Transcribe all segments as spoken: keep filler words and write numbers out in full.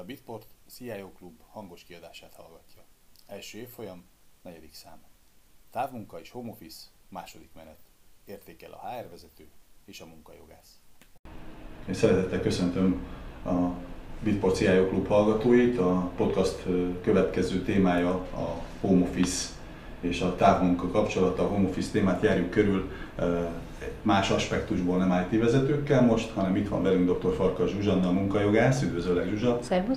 Bitport C I O Klub hangos kiadását hallgatja. Első évfolyam, negyedik szám. Távmunka és home office, második menet. Értékel a há er vezető és a munkajogász. Én szeretettel köszöntöm a Bitport C I O Klub hallgatóit. A podcast következő témája a home office és a távmunka kapcsolata. A home office témát járjuk körül más aspektusból, nem i té vezetőkkel most, hanem itt van velünk dr. Farkas Zsuzsanna, a munkajogász. Üdvözöllek, Zsuzsa! Szervusz!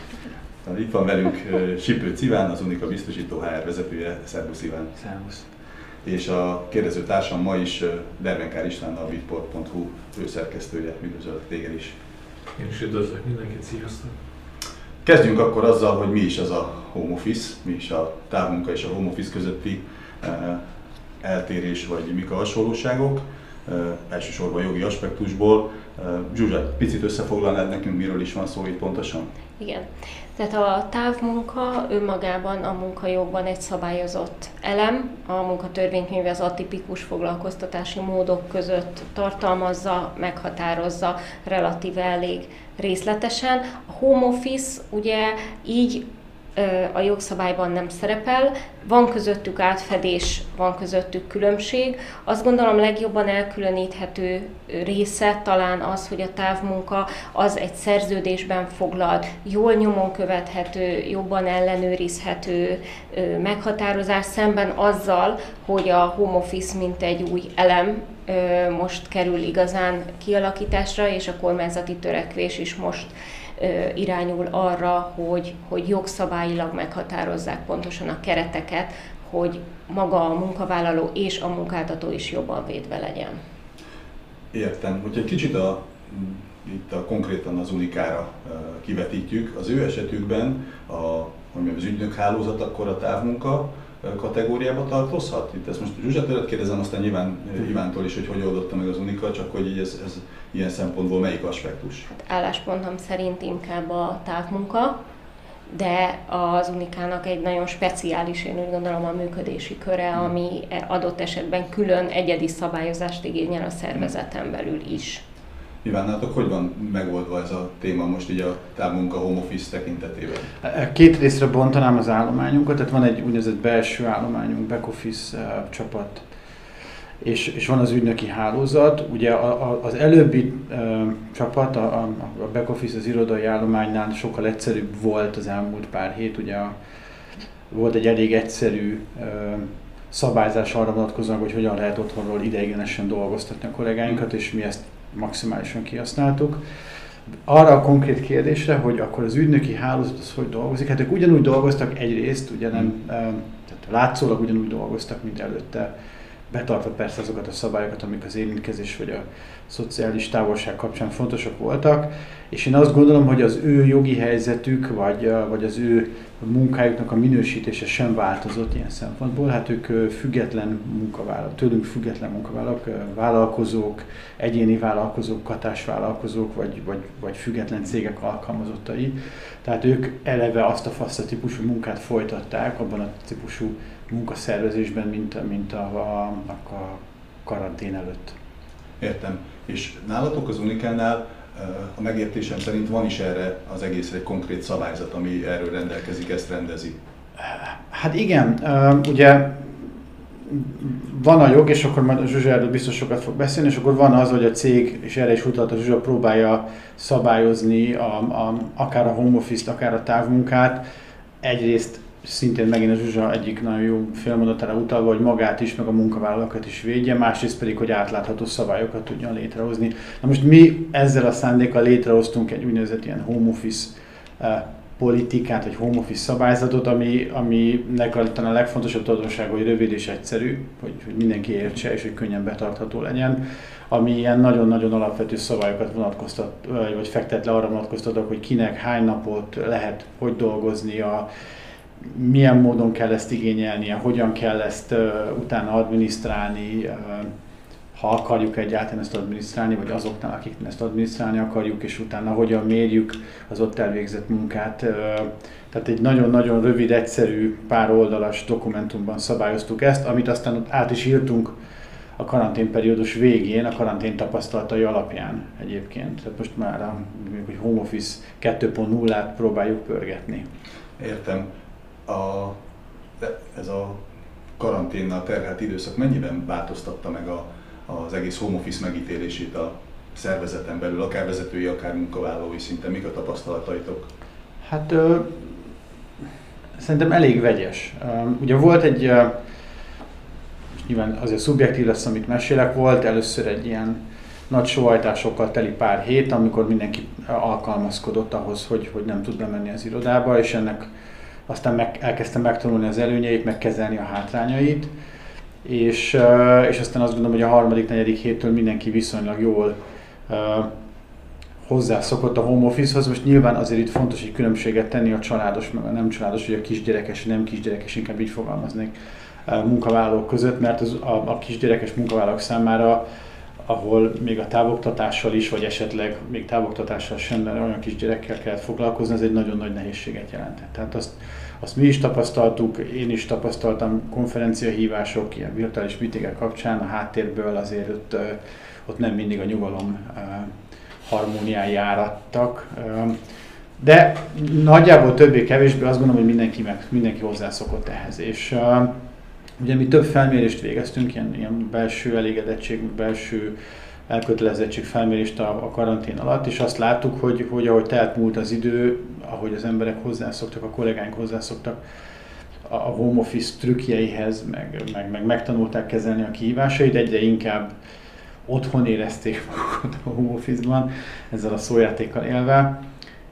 Itt van velünk Sipőc Iván, az Unika biztosító há er vezetője. Szervusz, Iván! Szervusz! És a kérdező társam ma is Dervenkár István, a bitport pont hu főszerkesztője. Üdvözöllek téged is! Én is üdvözlök mindenkit, sziasztok! Kezdjünk akkor azzal, hogy mi is az a home office, mi is a távmunka és a home office közötti uh, eltérés, vagy mik a hasonlóságok, uh, elsősorban jogi aspektusból. Uh, Zsuzsa, picit összefoglalnád nekünk, miről is van szó itt pontosan? Igen. Tehát a távmunka önmagában a munkajogban egy szabályozott elem, a munkatörvénykönyv az atipikus foglalkoztatási módok között tartalmazza, meghatározza relatíve elég részletesen. A home office ugye így a jogszabályban nem szerepel, van közöttük átfedés, van közöttük különbség. Azt gondolom legjobban elkülöníthető része talán az, hogy a távmunka az egy szerződésben foglalt, jól nyomon követhető, jobban ellenőrizhető meghatározás szemben azzal, hogy a home office mint egy új elem most kerül igazán kialakításra, és a kormányzati törekvés is most irányul arra, hogy, hogy jogszabályilag meghatározzák pontosan a kereteket, hogy maga a munkavállaló és a munkáltató is jobban védve legyen. Értem. Hogyha egy kicsit a, itt a, konkrétan az Unikára kivetítjük, az ő esetükben a, hogy az ügynök hálózat akkor a távmunka kategóriába tartozhat? Itt ezt most Zsuzsa tőled kérdezem, aztán nyilván Ivántól is, hogy hogy oldotta meg az Unika, csak hogy ez, ez ilyen szempontból melyik aspektus? Hát álláspontom szerint inkább a távmunka, de az Unikának egy nagyon speciális, én úgy gondolom, a működési köre, ami adott esetben külön egyedi szabályozást igényel a szervezeten belül is. Iván, nálatok hogy van megoldva ez a téma most így a távmunka home office tekintetében? Két részre bontanám az állományunkat, tehát van egy úgynevezett belső állományunk, back office uh, csapat, és, és van az ügynöki hálózat. Ugye a, a, az előbbi uh, csapat, a, a back office, az irodai állománynál sokkal egyszerűbb volt az elmúlt pár hét, ugye a, volt egy elég egyszerű uh, szabályzás arra vonatkozóan, hogy hogyan lehet otthonról ideiglenesen dolgoztatni a kollégáinkat, és mi ezt maximálisan kihasználtuk. Arra a konkrét kérdésre, hogy akkor az ügynöki hálózat az hogy dolgozik, hát ők ugyanúgy dolgoztak egyrészt, ugye nem, tehát látszólag ugyanúgy dolgoztak, mint előtte, betartva persze azokat a szabályokat, amik az érintkezés vagy a szociális távolság kapcsán fontosak voltak, és én azt gondolom, hogy az ő jogi helyzetük, vagy, vagy az ő munkájuknak a minősítése sem változott ilyen szempontból. Hát ők független munkavállalók, tőlünk független munkavállalók, vállalkozók, egyéni vállalkozók, katásvállalkozók, vagy, vagy, vagy független cégek alkalmazottai. Tehát ők eleve azt a fassa típusú munkát folytatták abban a típusú munkaszervezésben, mint, mint a, a, a karantén előtt. Értem. És nálatok az Unikánál a megértésem szerint van is erre az egészre egy konkrét szabályzat, ami erről rendelkezik, ezt rendezi. Hát igen, ugye van a jog, és akkor majd a Zsuzsa erről biztos sokat fog beszélni, és akkor van az, hogy a cég, és erre is utalt a Zsuzsa, próbálja szabályozni a, a, akár a home office-t, akár a távmunkát. Egyrészt szintén megint a Zsuzsa egyik nagyon jó félmondatára utalva, hogy magát is, meg a munkavállalókat is védje, másrészt pedig, hogy átlátható szabályokat tudjon létrehozni. Na most mi ezzel a szándékkal létrehoztunk egy úgynevezett ilyen home office uh, politikát, vagy home office szabályzatot, ami, aminek talán a legfontosabb tulajdonsága, hogy rövid és egyszerű, hogy, hogy mindenki értse, és hogy könnyen betartható legyen, ami ilyen nagyon-nagyon alapvető szabályokat vonatkoztat, vagy fektet le arra vonatkoztatok, hogy kinek hány napot lehet, hogy dolgoznia, milyen módon kell ezt igényelnie, hogyan kell ezt uh, utána adminisztrálni, uh, ha akarjuk egyáltalán ezt adminisztrálni, vagy azoknál, akik ezt adminisztrálni akarjuk, és utána hogyan mérjük az ott elvégzett munkát. Uh, tehát egy nagyon-nagyon rövid, egyszerű, pár oldalas dokumentumban szabályoztuk ezt, amit aztán át is írtunk a karanténperiódus végén, a karantén tapasztalatai alapján egyébként. Tehát most már a hogy home office kettő pont nullát próbáljuk pörgetni. Értem. A, ez a karanténnal terhelt időszak mennyiben változtatta meg a, az egész home office megítélését a szervezeten belül, akár vezetői, akár munkavállalói szinten? Mik a tapasztalataitok? Hát ö, szerintem elég vegyes. Ö, ugye volt egy, ö, nyilván azért szubjektív lesz, amit mesélek, volt először egy ilyen nagy sóhajtásokkal teli pár hét, amikor mindenki alkalmazkodott ahhoz, hogy, hogy nem tud bemenni az irodába, és ennek aztán meg, elkezdtem megtanulni az előnyeit, meg kezelni a hátrányait, és, és aztán azt gondolom, hogy a harmadik, negyedik héttől mindenki viszonylag jól uh, hozzászokott a home office-hoz. Most nyilván azért itt fontos egy különbséget tenni a családos, meg a nem családos, vagy a kisgyerekes, nem kisgyerekes, inkább így fogalmaznék, uh, munkavállalók között, mert az, a, a kisgyerekes munkavállalók számára, ahol még a távoktatással is, vagy esetleg még távoktatással sem, mert olyan kis gyerekkel kellett foglalkozni, ez egy nagyon nagy nehézséget jelentett. Tehát azt, azt mi is tapasztaltuk, én is tapasztaltam konferenciahívások, ilyen virtuális meetingek kapcsán, a háttérből azért ott, ott nem mindig a nyugalom harmóniái áradtak. De nagyjából többé-kevésbé azt gondolom, hogy mindenki, meg, mindenki hozzászokott ehhez. És, ugye mi több felmérést végeztünk, ilyen, ilyen belső elégedettség, belső elkötelezettség felmérést a, a karantén alatt, és azt láttuk, hogy, hogy ahogy telt múlt az idő, ahogy az emberek hozzászoktak, a kollégáink hozzászoktak a, a home office trükkjeihez, meg, meg, meg megtanulták kezelni a kihívásait, egyre inkább otthon érezték magukat a home office-ban, ezzel a szójátékkal élve.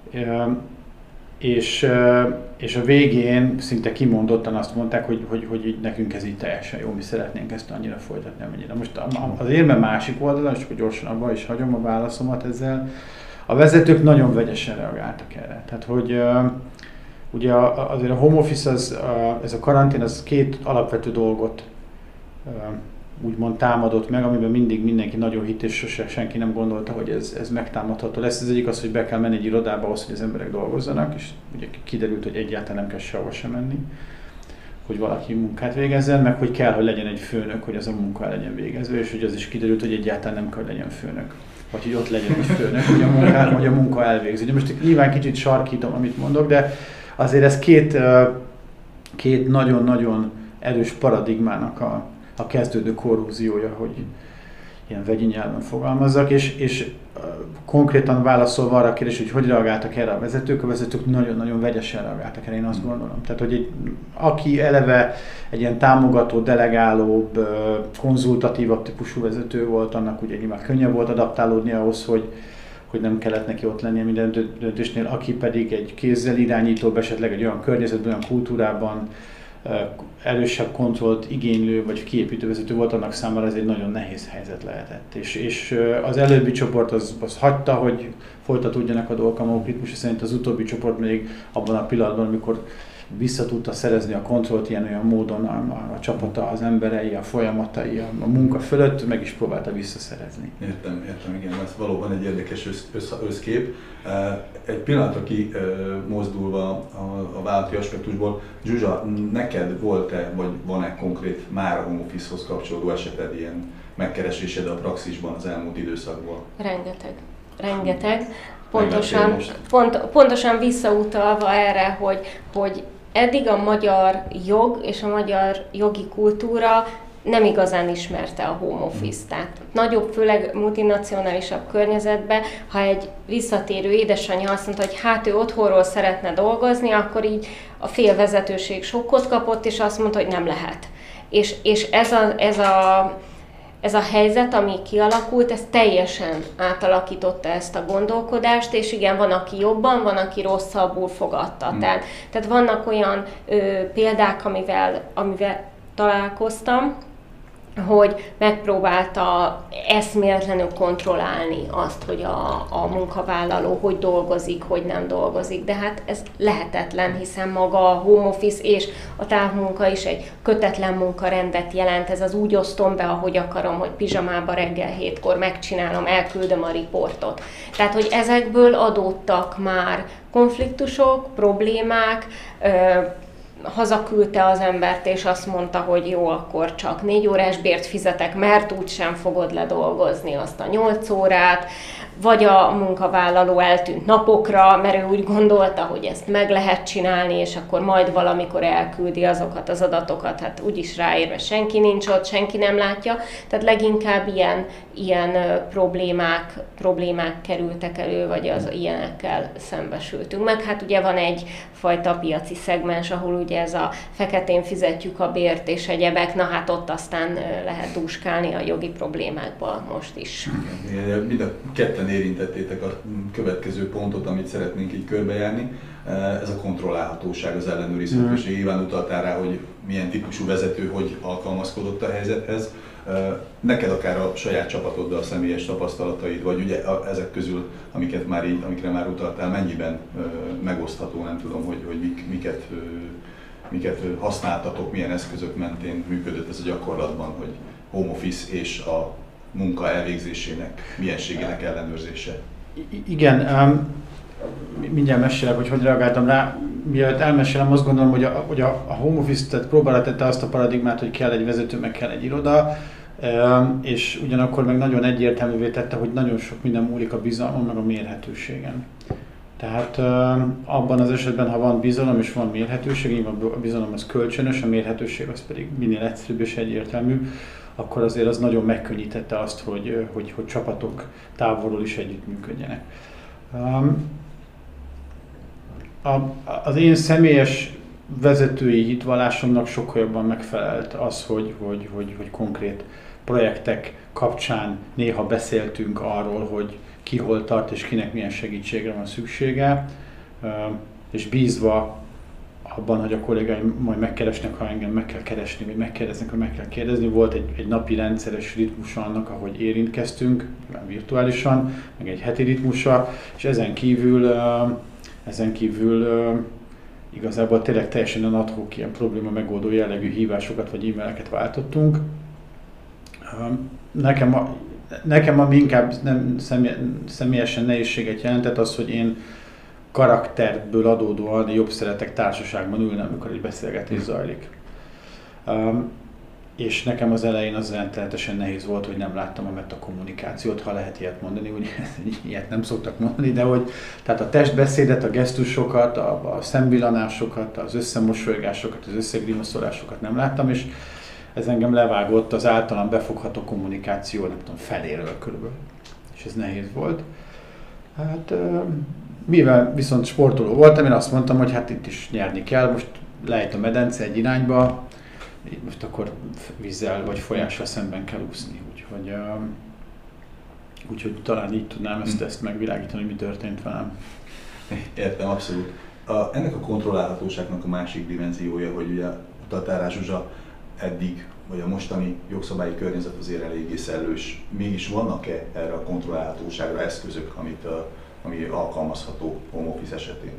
És, és a végén szinte kimondottan azt mondták, hogy, hogy, hogy nekünk ez így teljesen jó, mi szeretnénk ezt annyira folytatni, amennyire. Most az érme másik oldalon, és akkor gyorsan abba is hagyom a válaszomat ezzel, a vezetők nagyon vegyesen reagáltak erre. Tehát, hogy ugye azért a home office, az, ez a karantén, az két alapvető dolgot úgymond támadott meg, amiben mindig mindenki nagyon hitt, és sose senki nem gondolta, hogy ez, ez megtámadható lesz. Az egyik az, hogy be kell menni egy irodába ahhoz, hogy az emberek dolgozzanak, és ugye kiderült, hogy egyáltalán nem kell sehova sem menni, hogy valaki munkát végezzen, meg hogy kell, hogy legyen egy főnök, hogy az a munka el legyen végezve, és hogy az is kiderült, hogy egyáltalán nem kell, hogy legyen főnök. Vagy hogy ott legyen egy főnök, hogy a munka, hogy a munka elvégzi. Ugye most nyilván kicsit sarkítom, amit mondok, de azért ez két, két nagyon-nagyon erős paradigmának a a kezdődő korróziója, hogy ilyen vegyi nyelven fogalmazzak, és, és uh, konkrétan válaszolva arra a kérdés, hogy hogy reagáltak erre a vezetők, a vezetők nagyon-nagyon vegyesen reagáltak erre, én azt gondolom. Tehát, hogy egy, aki eleve egy ilyen támogató, delegálóbb, uh, konzultatívabb típusú vezető volt, annak ugye nyilván könnyebb volt adaptálódni ahhoz, hogy hogy nem kellett neki ott lennie minden döntésnél, aki pedig egy kézzel irányítóbb, esetleg egy olyan környezetben, olyan kultúrában, erősebb kontrollt igénylő vagy kiépítő vezető volt, annak számára ez egy nagyon nehéz helyzet lehetett. És, és az előbbi csoport az, az hagyta, hogy folytatódjanak a dolgok a maguk ritmusa szerint, az utóbbi csoport még abban a pillanatban, amikor vissza tudta szerezni a kontrollt ilyen olyan módon a, a, a csapata, az emberei, a folyamatai, a, a munka fölött, meg is próbálta visszaszerezni. Értem, értem, igen, ez valóban egy érdekes össz, össz, összkép. Egy pillanatra ki mozdulva a, a vállalati aspektusból, Zsuzsa, neked volt-e, vagy van-e konkrét már a home office-hoz kapcsolódó eseted, ilyen megkeresésed a praxisban az elmúlt időszakból? Rengeteg. Rengeteg. Pontosan, pont, pontosan visszautalva erre, hogy, hogy eddig a magyar jog és a magyar jogi kultúra nem igazán ismerte a home office-t. Tehát nagyobb, főleg multinacionálisabb környezetben, ha egy visszatérő édesanyja azt mondta, hogy hát ő otthonról szeretne dolgozni, akkor így a fél vezetőség sokkot kapott, és azt mondta, hogy nem lehet. És, és ez a, ez a Ez a helyzet, ami kialakult, ez teljesen átalakította ezt a gondolkodást, és igen, van, aki jobban, van, aki rosszabbul fogadta. Mm. Tehát, tehát vannak olyan ö, példák, amivel, amivel találkoztam, hogy megpróbálta eszméletlenül kontrollálni azt, hogy a, a munkavállaló hogy dolgozik, hogy nem dolgozik. De hát ez lehetetlen, hiszen maga a home office és a távmunka is egy kötetlen munkarendet jelent. Ez az úgy osztom be, ahogy akarom, hogy pizsamába reggel hétkor megcsinálom, elküldöm a riportot. Tehát, hogy ezekből adódtak már konfliktusok, problémák, ö, hazaküldte az embert, és azt mondta, hogy jó, akkor csak négy órás bért fizetek, mert úgysem fogod ledolgozni azt a nyolc órát, vagy a munkavállaló eltűnt napokra, mert ő úgy gondolta, hogy ezt meg lehet csinálni, és akkor majd valamikor elküldi azokat az adatokat, hát úgyis ráérve senki nincs ott, senki nem látja. Tehát leginkább ilyen, ilyen problémák, problémák kerültek elő, vagy az ilyenekkel szembesültünk. Meg hát ugye van egyfajta piaci szegmens, ahol ugye ez a feketén fizetjük a bért és egyebek, na hát ott aztán lehet dúskálni a jogi problémákba most is. Igen, mind a ketten érintettétek a következő pontot, amit szeretnénk így körbejárni. Ez a kontrollálhatóság, az ellenőrizhetőség. Nyilván utaltál rá, hogy milyen típusú vezető hogy alkalmazkodott a helyzethez. Neked akár a saját csapatoddal személyes tapasztalataid, vagy ugye ezek közül, amiket már így, amikre már utaltál, mennyiben megosztható, nem tudom, hogy, hogy mik, miket, miket használtatok, milyen eszközök mentén működött ez a gyakorlatban, hogy home office és a munka elvégzésének, mienségének ellenőrzése. I- igen, um, mindjárt mesélek, hogy hogy reagáltam rá. Mielőtt elmesélem, azt gondolom, hogy a, hogy a, a home office-t próbára tette azt a paradigmát, hogy kell egy vezető, meg kell egy iroda, um, és ugyanakkor meg nagyon egyértelművé tette, hogy nagyon sok minden múlik a bizalmon, meg a mérhetőségen. Tehát um, abban az esetben, ha van bizalom és van mérhetőség, a bizalom az kölcsönös, a mérhetőség az pedig minél egyszerűbb és egyértelmű, akkor azért az nagyon megkönnyítette azt, hogy, hogy, hogy csapatok távolról is együttműködjenek. Um, a, az én személyes vezetői hitvallásomnak sokkal jobban megfelelt az, hogy, hogy, hogy, hogy konkrét projektek kapcsán néha beszéltünk arról, hogy ki hol tart és kinek milyen segítségre van szüksége, um, és bízva abban, hogy a kollégáim majd megkeresnek, ha engem meg kell keresni, vagy megkérdeznek, ha meg kell kérdezni. Volt egy, egy napi rendszeres ritmusa annak, ahogy érintkeztünk, virtuálisan, meg egy heti ritmusa, és ezen kívül, ezen kívül igazából tényleg teljesen ad hoc ilyen probléma megoldó jellegű hívásokat vagy e-maileket váltottunk. Nekem, a, nekem ami inkább nem személyesen nehézséget jelentett az, hogy én karakterből adódóan jobb szeretek társaságban ülni, amikor egy beszélgetés zajlik. Um, és nekem az elején az rendszeresen nehéz volt, hogy nem láttam a metakommunikációt, ha lehet ilyet mondani, ugye ilyet nem szoktak mondani, de hogy tehát a testbeszédet, a gesztusokat, a, a szemvillanásokat, az összemosolygásokat, az összegrimaszolásokat nem láttam, és ez engem levágott az általán befogható kommunikáció, nem tudom, feléről körülbelül. És ez nehéz volt. Hát, mivel viszont sportoló voltam, én azt mondtam, hogy hát itt is nyerni kell, most lejt a medence egy irányba, most akkor vízzel vagy folyással szemben kell úszni. Úgyhogy, úgyhogy talán így tudnám ezt, ezt megvilágítani, hogy mi történt velem. Értem, abszolút. A, ennek a kontrollálhatóságnak a másik dimenziója, hogy ugye utaltál rá, Zsuzsa, eddig, vagy a mostani jogszabályi környezet azért eléggé szellős. Mégis vannak-e erre a kontrollálhatóságra eszközök, amit, a, ami alkalmazható home office esetén?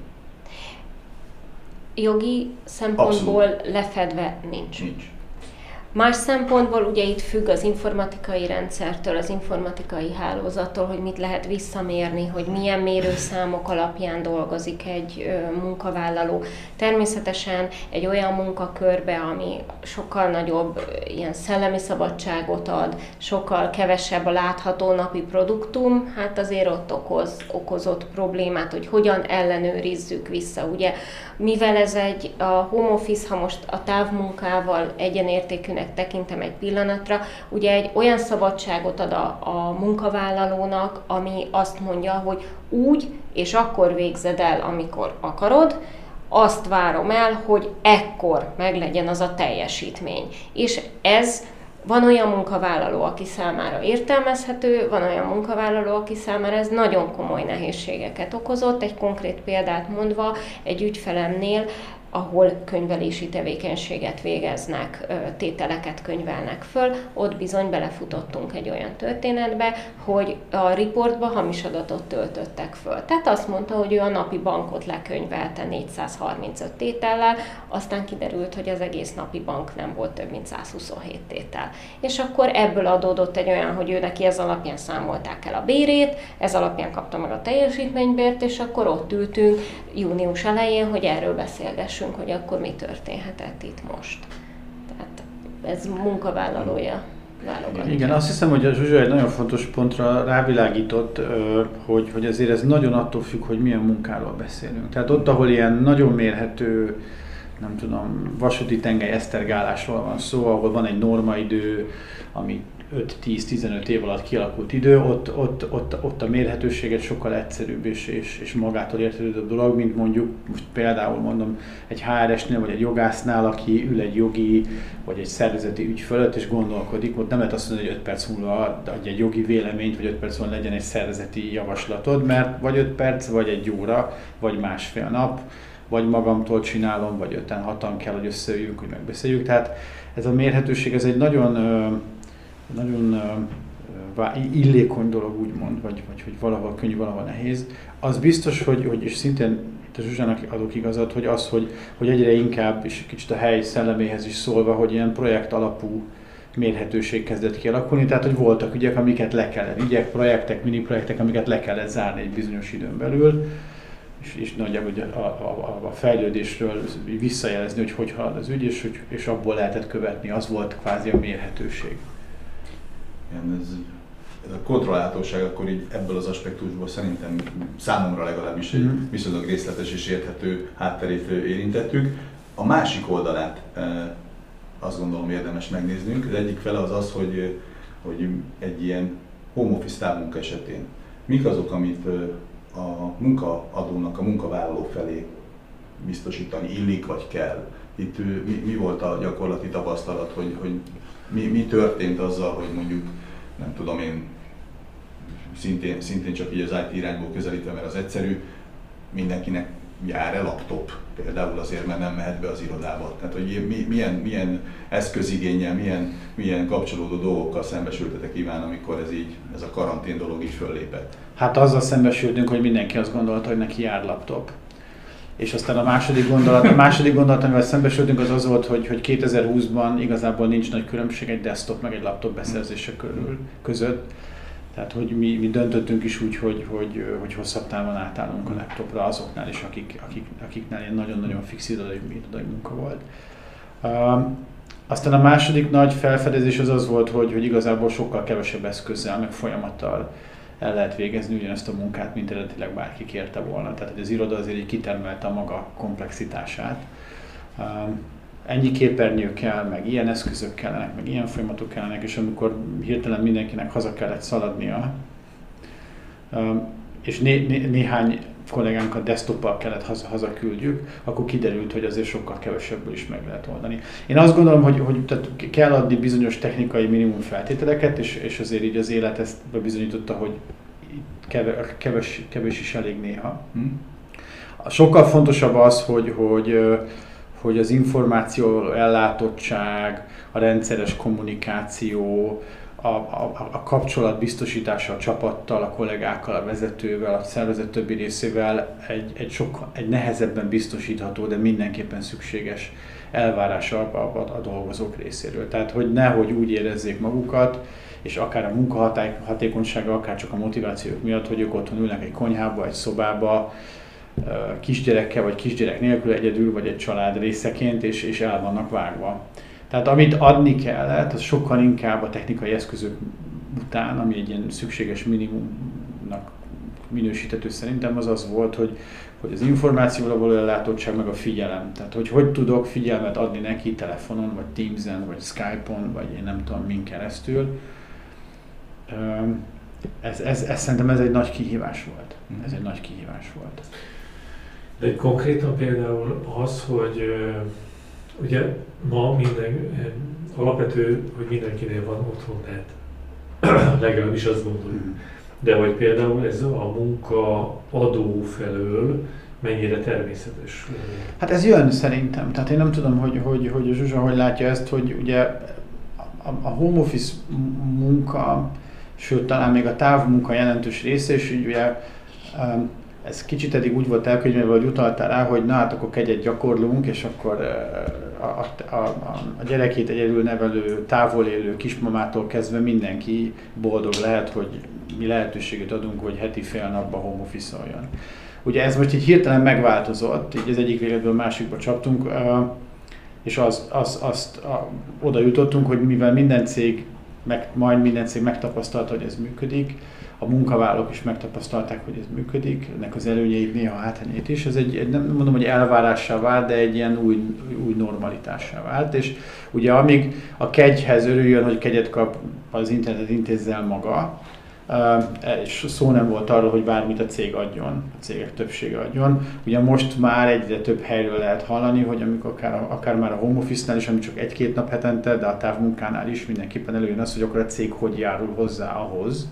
Jogi szempontból Abszolút. lefedve nincs. Nincs. Más szempontból ugye itt függ az informatikai rendszertől, az informatikai hálózattól, hogy mit lehet visszamérni, hogy milyen mérőszámok alapján dolgozik egy ö, munkavállaló. Természetesen egy olyan munkakörbe, ami sokkal nagyobb ö, ilyen szellemi szabadságot ad, sokkal kevesebb a látható napi produktum, hát azért ott okoz, okozott problémát, hogy hogyan ellenőrizzük vissza. Ugye, mivel ez egy a home office, ha most a távmunkával egyenértékűnek tekintem egy pillanatra, ugye egy olyan szabadságot ad a, a munkavállalónak, ami azt mondja, hogy úgy és akkor végzed el, amikor akarod, azt várom el, hogy ekkor meglegyen az a teljesítmény. És ez van olyan munkavállaló, aki számára értelmezhető, van olyan munkavállaló, aki számára ez nagyon komoly nehézségeket okozott. Egy konkrét példát mondva, egy ügyfelemnél, ahol könyvelési tevékenységet végeznek, tételeket könyvelnek föl, ott bizony belefutottunk egy olyan történetbe, hogy a riportba hamis adatot töltöttek föl. Tehát azt mondta, hogy ő a napi bankot lekönyvelte négyszázharmincöt tétellel, aztán kiderült, hogy az egész napi bank nem volt több mint százhuszonhét tétel. És akkor ebből adódott egy olyan, hogy ő neki ez alapján számolták el a bérét, ez alapján kapta meg a teljesítménybért, és akkor ott ültünk június elején, hogy erről beszélgessünk. keresünk, hogy akkor mi történhetett itt most. Tehát ez munkavállalója válogatja. Igen, azt hiszem, hogy a Zsuzsa egy nagyon fontos pontra rávilágított, hogy, hogy azért ez nagyon attól függ, hogy milyen munkáról beszélünk. Tehát ott, ahol ilyen nagyon mérhető, nem tudom, vasúti tengely esztergálásról van szó, ahol van egy normaidő, ami öt-tíz-tizenöt év alatt kialakult idő, ott, ott, ott, ott a mérhetőség egy sokkal egyszerűbb és, és, és magától értetődőbb dolog, mint mondjuk most például mondom egy há er esnél vagy egy jogásznál, aki ül egy jogi vagy egy szervezeti ügy fölött és gondolkodik, ott nem lehet azt mondani, hogy öt perc múlva adj egy jogi véleményt, vagy öt perc múlva legyen egy szervezeti javaslatod, mert vagy öt perc, vagy egy óra, vagy másfél nap, vagy magamtól csinálom, vagy öten, hatan kell, hogy összeüljünk, hogy megbeszéljük. Tehát ez a mérhetőség, ez egy nagyon nagyon uh, illékony dolog, úgymond, vagy, vagy hogy valahol könnyű, valahol nehéz. Az biztos, hogy, hogy és szintén itt a Zsuzsának adok igazat, hogy az, hogy, hogy egyre inkább, és kicsit a hely szelleméhez is szólva, hogy ilyen projekt alapú mérhetőség kezdett kialakulni, tehát hogy voltak ügyek, amiket le kellett, ügyek, projektek, mini projektek, amiket le kellett zárni egy bizonyos időn belül, és, és nagyjából a, a, a fejlődésről visszajelezni, hogy hogy halad az ügy, és, hogy, és abból lehetett követni, az volt kvázi a mérhetőség. Ez, ez a kontrollálhatóság akkor így ebből az aspektusból szerintem számomra legalábbis egy mm. viszonylag részletes és érthető hátterét érintettük. A másik oldalát e, azt gondolom érdemes megnéznünk. Az egyik fele az az, hogy, hogy egy ilyen home office távmunka esetén mik azok, amit a munkaadónak a munkavállaló felé biztosítani illik vagy kell. Itt mi, mi volt a gyakorlati tapasztalat, hogy, hogy mi, mi történt azzal, hogy mondjuk nem tudom én, szintén, szintén csak így az i té irányból közelítve, mert az egyszerű, mindenkinek jár-e laptop, például azért, mert nem mehet be az irodába. Tehát, hogy mi, milyen, milyen eszközigénnyel, milyen, milyen kapcsolódó dolgokkal szembesültetek, Iván, amikor ez így, ez a karantén dolog így föllépett? Hát azzal szembesültünk, hogy mindenki azt gondolta, hogy neki jár laptop. És aztán a második gondolat, a második gondolat, amivel szembesültünk, az az volt, hogy, hogy kétezer-húszban igazából nincs nagy különbség egy desktop meg egy laptop beszerzése körül, között. Tehát, hogy mi, mi döntöttünk is úgy, hogy, hogy, hogy hosszabb távon átállunk a laptopra azoknál is, akik, akik, akiknál ilyen nagyon-nagyon fix irodai munka volt. Uh, aztán a második nagy felfedezés az az volt, hogy, hogy igazából sokkal kevesebb eszközzel, meg folyamattal el lehet végezni ugyanezt a munkát, mint eredetileg bárki kérte volna. Tehát, hogy az iroda azért így kitermelte a maga komplexitását. Um, ennyi képernyő kell, meg ilyen eszközök kellenek, meg ilyen folyamatok kellenek, és amikor hirtelen mindenkinek haza kellett szaladnia, um, és né- né- néhány kollégánkat desktoppal kellett haza, haza küldjük, akkor kiderült, hogy azért sokkal kevesebből is meg lehet oldani. Én azt gondolom, hogy, hogy tehát kell adni bizonyos technikai minimum feltételeket, és, és azért így az élet ezt bebizonyította, hogy keves, keves is elég néha. Sokkal fontosabb az, hogy, hogy, hogy az információ ellátottság, a rendszeres kommunikáció, A, a, a kapcsolat biztosítása a csapattal, a kollégákkal, a vezetővel, a szervezet többi részével egy, egy, sok, egy nehezebben biztosítható, de mindenképpen szükséges elvárás a, a, a dolgozók részéről. Tehát, hogy nehogy úgy érezzék magukat, és akár a munkahatékonysága, akár csak a motivációk miatt, hogy ők otthon ülnek egy konyhába, egy szobába, kisgyerekkel vagy kisgyerek nélkül egyedül, vagy egy család részeként, és, és el vannak vágva. Tehát amit adni kellett, az sokkal inkább a technikai eszközök után, ami egy ilyen szükséges minimumnak minősíthető szerintem, az az volt, hogy, hogy az információra való ellátottság, meg a figyelem. Tehát, hogy hogy tudok figyelmet adni neki telefonon, vagy Teams-en, vagy Skype-on, vagy én nem tudom min keresztül. Ez, ez, ez szerintem ez egy nagy kihívás volt. Ez egy nagy kihívás volt. De konkrétan például az, hogy ugye ma minden alapvető, hogy mindenkinél van otthon net, legalábbis azt gondoljuk. De hogy például ez a munkaadó felől mennyire természetes? Hát ez jön szerintem. Tehát én nem tudom, hogy, hogy, hogy a Zsuzsa hogy látja ezt, hogy ugye a, a home office munka, sőt talán még a távmunka jelentős része, és ugye ez kicsit eddig úgy volt elkönyvelve, hogy utaltál rá, hogy na hát akkor egyet gyakorlunk, és akkor a, a, a, a gyerekét egyedül nevelő, távol élő kismamától kezdve mindenki boldog lehet, hogy mi lehetőséget adunk, hogy heti fél napban home office-oljon. ugye ez most így hirtelen megváltozott, így az egyik végletből másikba csaptunk, és az, az, azt a, oda jutottunk, hogy mivel minden cég, meg, majd minden cég megtapasztalta, hogy ez működik, a munkavállalók is megtapasztalták, hogy ez működik, ennek az előnyeit, néha hátrányait is. Ez egy, egy, nem mondom, hogy elvárássá vált, de egy ilyen új, új normalitássá vált. És ugye amíg a kegyhez örüljön, hogy kegyet kap, az internet intézze el maga, és szó nem volt arról, hogy bármit a cég adjon, a cégek többsége adjon. Ugye most már egyre több helyről lehet hallani, hogy amikor akár, akár már a home office-nál is, ami csak egy-két nap hetente, de a távmunkánál is mindenképpen előjön az, hogy akkor a cég hogy járul hozzá ahhoz,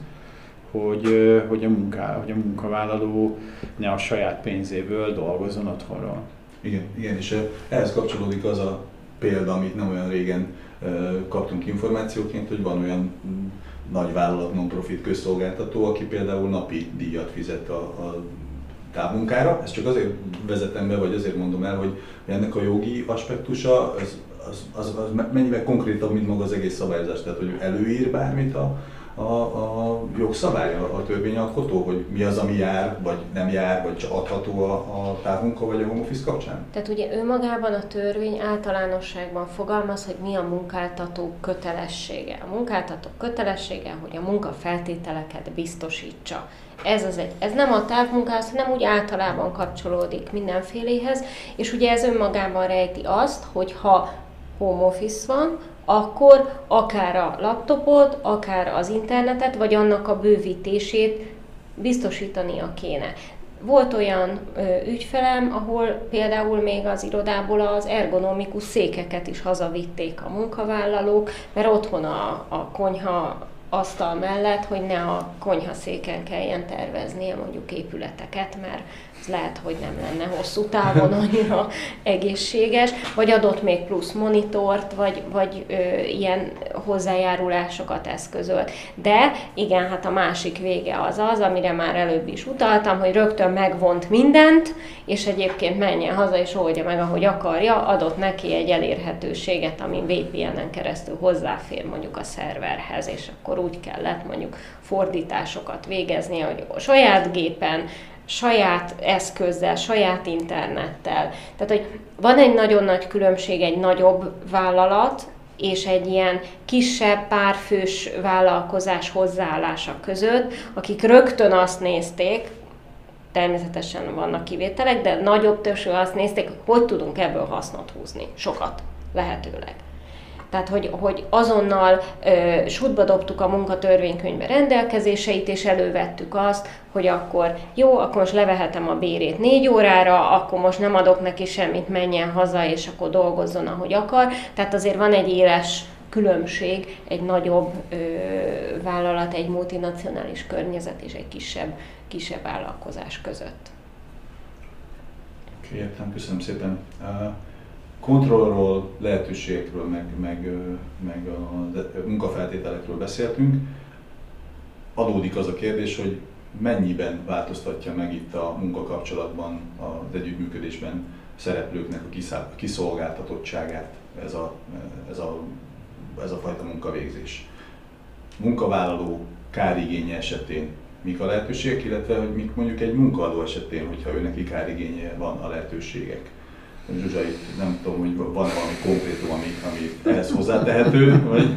hogy, hogy, a, munká, hogy a munkavállaló ne a saját pénzéből dolgozzon otthonról. Igen, igen, és ehhez kapcsolódik az a példa, amit nem olyan régen kaptunk információként, hogy van olyan nagy vállalat, non-profit közszolgáltató, aki például napi díjat fizet a, a távmunkára. Ezt csak azért vezetem be, vagy azért mondom el, hogy ennek a jogi aspektusa az, az, az, az mennyivel konkrétabb, mint maga az egész szabályozás. Tehát, hogy előír bármit a, a, a jogszabály, a, a törvényalkotó, hogy mi az, ami jár, vagy nem jár, vagy csak adható a, a távmunka, vagy a home office kapcsán? Tehát ugye önmagában a törvény általánosságban fogalmaz, hogy mi a munkáltató kötelessége. A munkáltató kötelessége, hogy a munkafeltételeket biztosítsa. Ez, az egy, ez nem a távmunkához, hanem úgy általában kapcsolódik mindenféléhez, és ugye ez önmagában rejti azt, hogy ha home office van, akkor akár a laptopot, akár az internetet, vagy annak a bővítését biztosítania kéne. Volt olyan ö, ügyfelem, ahol például még az irodából az ergonomikus székeket is hazavitték a munkavállalók, mert otthon a, a konyha asztal mellett, hogy ne a konyhaszéken kelljen terveznie mondjuk épületeket, mert ez lehet, hogy nem lenne hosszú távon annyira egészséges, vagy adott még plusz monitort, vagy, vagy ö, ilyen hozzájárulásokat eszközölt. De igen, hát a másik vége az az, amire már előbb is utaltam, hogy rögtön megvont mindent, és egyébként menjen haza és oldja meg, ahogy akarja, adott neki egy elérhetőséget, ami vé pé en-en keresztül hozzáfér mondjuk a szerverhez, és akkor úgy kellett mondjuk fordításokat végeznie, hogy a saját gépen, saját eszközzel, saját internettel. Tehát, hogy van egy nagyon nagy különbség egy nagyobb vállalat és egy ilyen kisebb párfős vállalkozás hozzáállása között, akik rögtön azt nézték, természetesen vannak kivételek, de nagyobb többség azt nézték, hogy hogy tudunk ebből hasznot húzni. Sokat, lehetőleg. Tehát, hogy, hogy azonnal ö, sútba dobtuk a munkatörvénykönyve rendelkezéseit, és elővettük azt, hogy akkor jó, akkor most levehetem a bérét négy órára, akkor most nem adok neki semmit, menjen haza, és akkor dolgozzon, ahogy akar. Tehát azért van egy éles különbség egy nagyobb ö, vállalat, egy multinacionális környezet és egy kisebb, kisebb vállalkozás között. Oké, értem, köszönöm szépen. Uh, kontrollról, lehetőségekről, meg, meg, meg a munkafeltételekről beszéltünk. Adódik az a kérdés, hogy mennyiben változtatja meg itt a munkakapcsolatban, az együttműködésben szereplőknek a kiszolgáltatottságát ez a, ez a, ez a fajta munkavégzés. Munkavállaló kárigénye esetén mik a lehetőségek, illetve hogy mik mondjuk egy munkaadó esetén, hogyha ő neki kárigénye van, a lehetőségek. Zsuzsa, itt nem tudom, hogy van valami konkrétum, ami, ami ehhez hozzátehető, vagy?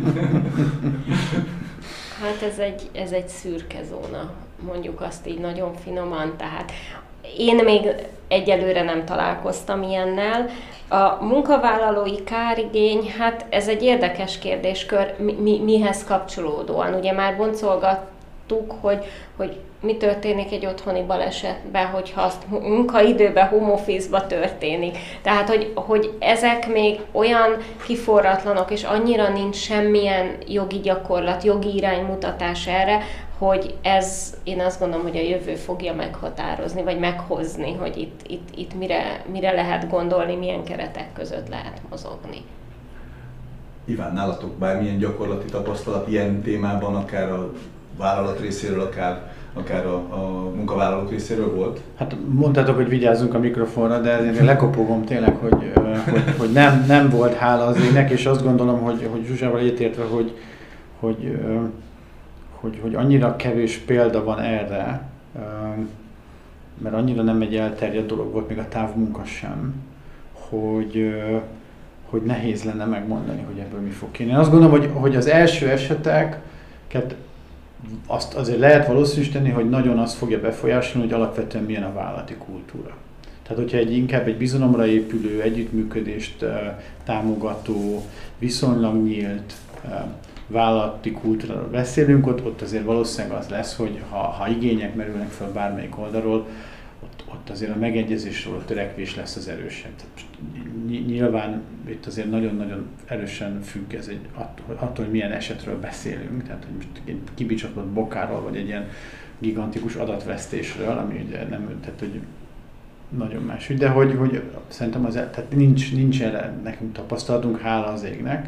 Hát ez egy, ez egy szürke zóna, mondjuk azt így nagyon finoman, tehát én még egyelőre nem találkoztam ilyennel. A munkavállalói kárigény, hát ez egy érdekes kérdéskör, mi, mi, mihez kapcsolódóan. Ugye már boncolgattuk, hogy, hogy mi történik egy otthoni balesetben, hogyha azt munkaidőben, home office-ba történik. Tehát, hogy, hogy ezek még olyan kiforratlanok, és annyira nincs semmilyen jogi gyakorlat, jogi iránymutatás erre, hogy ez, én azt gondolom, hogy a jövő fogja meghatározni, vagy meghozni, hogy itt, itt, itt mire, mire lehet gondolni, milyen keretek között lehet mozogni. Iván, nálatok bármilyen gyakorlati tapasztalat ilyen témában, akár a vállalat részéről, akár akár a, a munkavállalók részéről volt? Hát mondtátok, hogy vigyázzunk a mikrofonra, de én lekopogom tényleg, hogy, hogy, hogy nem, nem volt hála az ének, és azt gondolom, hogy, hogy Zsuzsával egyetértve, hogy, hogy, hogy, hogy annyira kevés példa van erre, mert annyira nem egy elterjedt dolog volt még a távmunka sem, hogy, hogy nehéz lenne megmondani, hogy ebből mi fog kijönni. Én azt gondolom, hogy, hogy az első eseteket azt azért lehet valószínűsíteni, hogy nagyon azt fogja befolyásolni, hogy alapvetően milyen a vállalati kultúra. Tehát, hogyha egy inkább egy bizalomra épülő, együttműködést támogató, viszonylag nyílt vállalati kultúráról beszélünk, ott, ott azért valószínűleg az lesz, hogy ha, ha igények merülnek fel bármelyik oldalról, ott, ott azért a megegyezésről a törekvés lesz az erősebb. Nyilván itt azért nagyon-nagyon erősen függ ez egy, attól, attól, hogy milyen esetről beszélünk, tehát hogy most egy kibicsatott bokáról, vagy egy ilyen gigantikus adatvesztésről, ami ugye nem, tehát hogy nagyon más ügy, de hogy, hogy szerintem az, tehát nincs, nincs erre nekünk tapasztalatunk, hála az égnek.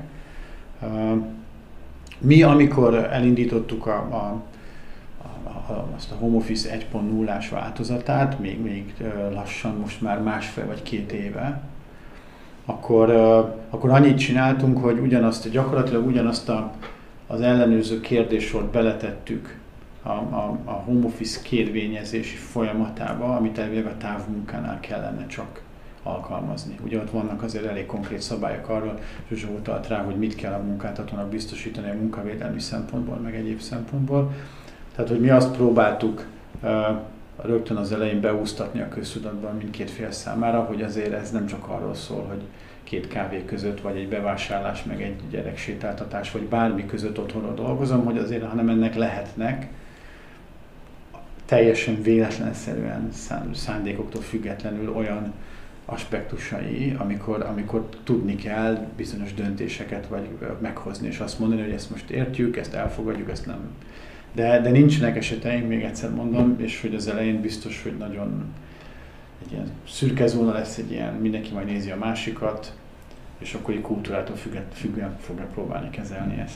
Mi, amikor elindítottuk a, a, a, a, azt a Home Office egy pont nullás változatát, még, még lassan, most már másfél vagy két éve, akkor, akkor annyit csináltunk, hogy ugyanazt, gyakorlatilag ugyanazt a, az ellenőrző kérdéssort beletettük a, a, a Home Office kérvényezési folyamatába, amit elvileg a távmunkánál kellene csak alkalmazni. Ugye ott vannak azért elég konkrét szabályok arról, Zsuzsa utalt rá, hogy mit kell a munkáltatónak biztosítani a munkavédelmi szempontból, meg egyéb szempontból. Tehát, hogy mi azt próbáltuk uh, rögtön az elején beúsztatni a köztudatban mindkét fél számára, hogy azért ez nem csak arról szól, hogy két kávé között, vagy egy bevásárlás, meg egy gyereksétáltatás, vagy bármi között otthonról dolgozom, hogy azért, hanem ennek lehetnek teljesen véletlenszerűen, szándékoktól függetlenül olyan aspektusai, amikor, amikor tudni kell bizonyos döntéseket vagy meghozni, és azt mondani, hogy ezt most értjük, ezt elfogadjuk, ezt nem. De, de nincsenek eseteink, még egyszer mondom, és hogy az elején biztos, hogy nagyon egy ilyen szürke zóna lesz, egy ilyen, mindenki majd nézi a másikat, és akkor egy kultúrától függően fogja próbálni kezelni ezt.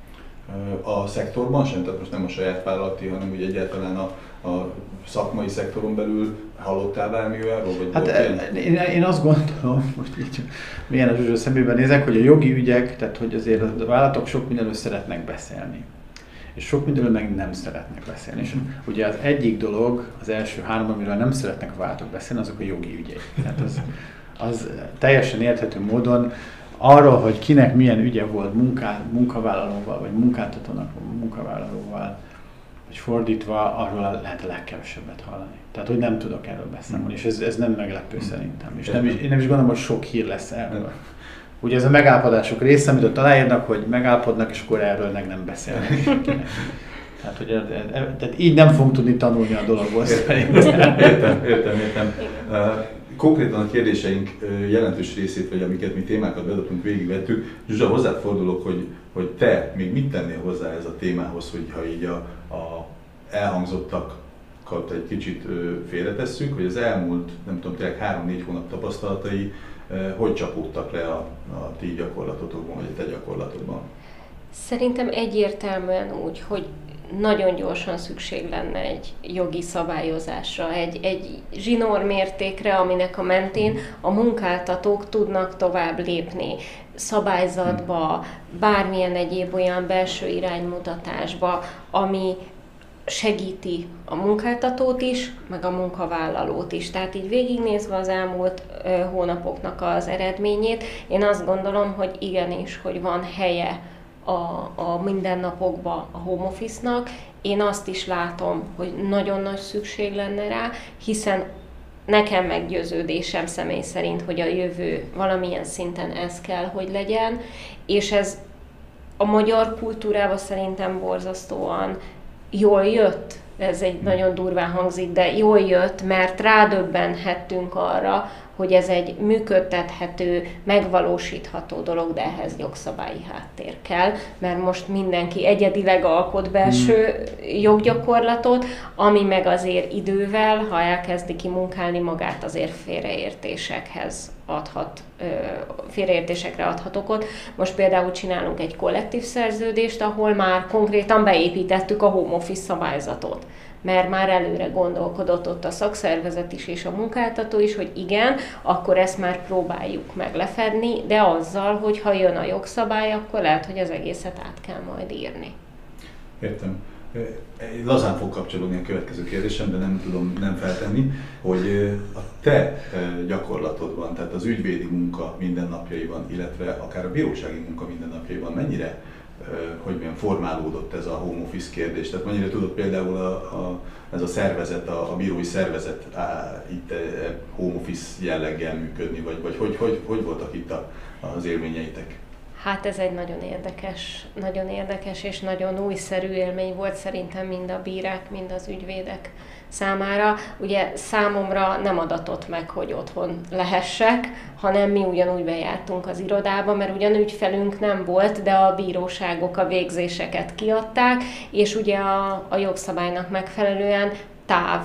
A szektorban sem, tehát most nem a saját vállalati, hanem úgy egyáltalán a, a szakmai szektoron belül hallottál bármi olyanról? Vagy hát én, én azt gondolom, most így csak milyen a Zsuzsa szemében nézek, hogy a jogi ügyek, tehát hogy azért a vállalatok sok mindenről szeretnek beszélni. És sok mindenről meg nem szeretnek beszélni. És ugye az egyik dolog, az első három, amiről nem szeretnek a vállalatok beszélni, azok a jogi ügyek. Tehát az, az teljesen érthető módon arról, hogy kinek milyen ügye volt munká, munkavállalóval, vagy munkáltatónak munkavállalóval, vagy fordítva, arról lehet a legkevesebbet hallani. Tehát, hogy nem tudok erről beszámolni, és ez, ez nem meglepő szerintem. És nem is, én nem is gondolom, hogy sok hír lesz erről. Ugye ez a megállapodások része, amit ott aláírnak, hogy megállapodnak, és akkor erről meg nem beszélnek. Tehát, hogy e, e, tehát így nem fogunk tudni tanulni a dologból szerintem. Értem, értem, értem. Konkrétan a kérdéseink jelentős részét, vagy amiket mi témákat beadottunk, végigvettük. Zsuzsa, hozzád fordulok, hogy, hogy te még mit tennél hozzá ez a témához, hogyha így a, a elhangzottakat egy kicsit félretesszük, hogy az elmúlt, nem tudom, tényleg három-négy hónap tapasztalatai hogy csapódtak le a, a ti gyakorlatotokban, vagy a te gyakorlatodban? Szerintem egyértelműen úgy, hogy nagyon gyorsan szükség lenne egy jogi szabályozásra, egy, egy zsinórmértékre, aminek a mentén a munkáltatók tudnak tovább lépni szabályzatba, bármilyen egyéb olyan belső iránymutatásba, ami segíti a munkáltatót is, meg a munkavállalót is. Tehát így végignézve az elmúlt ö, hónapoknak az eredményét, én azt gondolom, hogy igenis, hogy van helye a, a mindennapokban a home office-nak. Én azt is látom, hogy nagyon nagy szükség lenne rá, hiszen nekem meggyőződésem személy szerint, hogy a jövő valamilyen szinten ez kell, hogy legyen, és ez a magyar kultúrában szerintem borzasztóan jól jött, ez egy nagyon durván hangzik, de jól jött, mert rádöbbenhettünk arra, hogy ez egy működtethető, megvalósítható dolog, de ehhez jogszabályi háttér kell, mert most mindenki egyedileg alkot belső joggyakorlatot, ami meg azért idővel, ha elkezdi kimunkálni magát, azért félreértésekhez adhat, félreértésekre adhat okot. Most például csinálunk egy kollektív szerződést, ahol már konkrétan beépítettük a home office szabályzatot, mert már előre gondolkodott ott a szakszervezet is és a munkáltató is, hogy igen, akkor ezt már próbáljuk meg lefedni, de azzal, hogy ha jön a jogszabály, akkor lehet, hogy az egészet át kell majd írni. Értem. Lazán fog kapcsolódni a következő kérdésem, de nem tudom nem feltenni, hogy a te gyakorlatodban, tehát az ügyvédi munka mindennapjaiban, illetve akár a bírósági munka mindennapjaiban mennyire, hogy milyen formálódott ez a home office kérdés? Tehát mennyire tudod például a, a, ez a szervezet, a, a bírói szervezet á, itt home office jelleggel működni, vagy, vagy hogy, hogy, hogy voltak itt a, az élményeitek? Hát ez egy nagyon érdekes, nagyon érdekes és nagyon újszerű élmény volt szerintem mind a bírák, mind az ügyvédek számára. Ugye számomra nem adatott meg, hogy otthon lehessek, hanem mi ugyanúgy bejártunk az irodába, mert ugyan ügyfelünk nem volt, de a bíróságok a végzéseket kiadták, és ugye a, a jogszabálynak megfelelően táv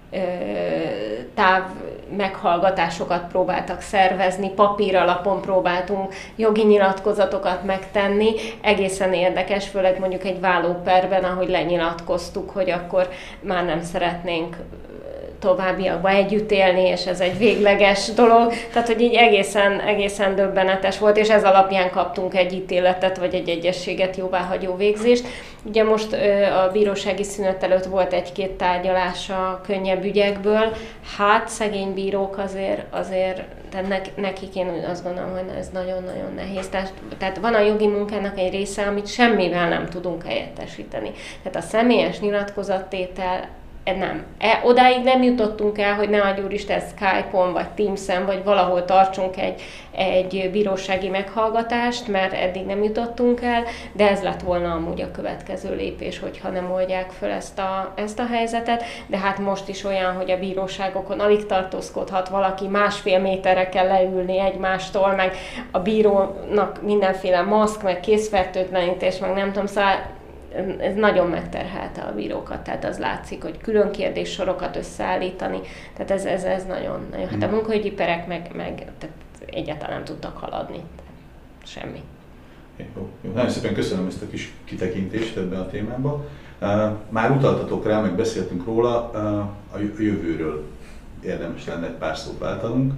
táv meghallgatásokat próbáltak szervezni, papír alapon próbáltunk jogi nyilatkozatokat megtenni. Egészen érdekes, főleg mondjuk egy vállóperben, ahogy lenyilatkoztuk, hogy akkor már nem szeretnénk továbbiakban együtt élni, és ez egy végleges dolog. Tehát, hogy így egészen, egészen döbbenetes volt, és ez alapján kaptunk egy ítéletet, vagy egy egyezséget jóváhagyó végzést. Ugye most a bírósági szünet előtt volt egy-két tárgyalás a könnyebb ügyekből. Hát szegény bírók azért, azért tehát nekik én azt gondolom, hogy ez nagyon-nagyon nehéz. Tehát, tehát van a jogi munkának egy része, amit semmivel nem tudunk helyettesíteni. Tehát a személyes nyilatkozattétel nem. E, odáig nem jutottunk el, hogy ne adj úristen Skype-on, vagy Teams-en, vagy valahol tartsunk egy, egy bírósági meghallgatást, mert eddig nem jutottunk el, de ez lett volna amúgy a következő lépés, hogyha nem oldják föl ezt a, ezt a helyzetet. De hát most is olyan, hogy a bíróságokon alig tartózkodhat valaki, másfél méterre kell leülni egymástól, meg a bírónak mindenféle maszk, meg készfertőtlenítés, meg nem tudom, szóval ez nagyon megterhelte a bírókat, tehát az látszik, hogy külön kérdéssorokat összeállítani, tehát ez, ez, ez nagyon, nagyon. Hát a munkaügyi perek meg, meg tehát egyáltalán nem tudtak haladni, semmi. Jó, jó. Nagyon szépen köszönöm ezt a kis kitekintést ebben a témában. Már utaltatok rá, meg beszéltünk róla, a jövőről érdemes lenne egy pár szót váltanunk.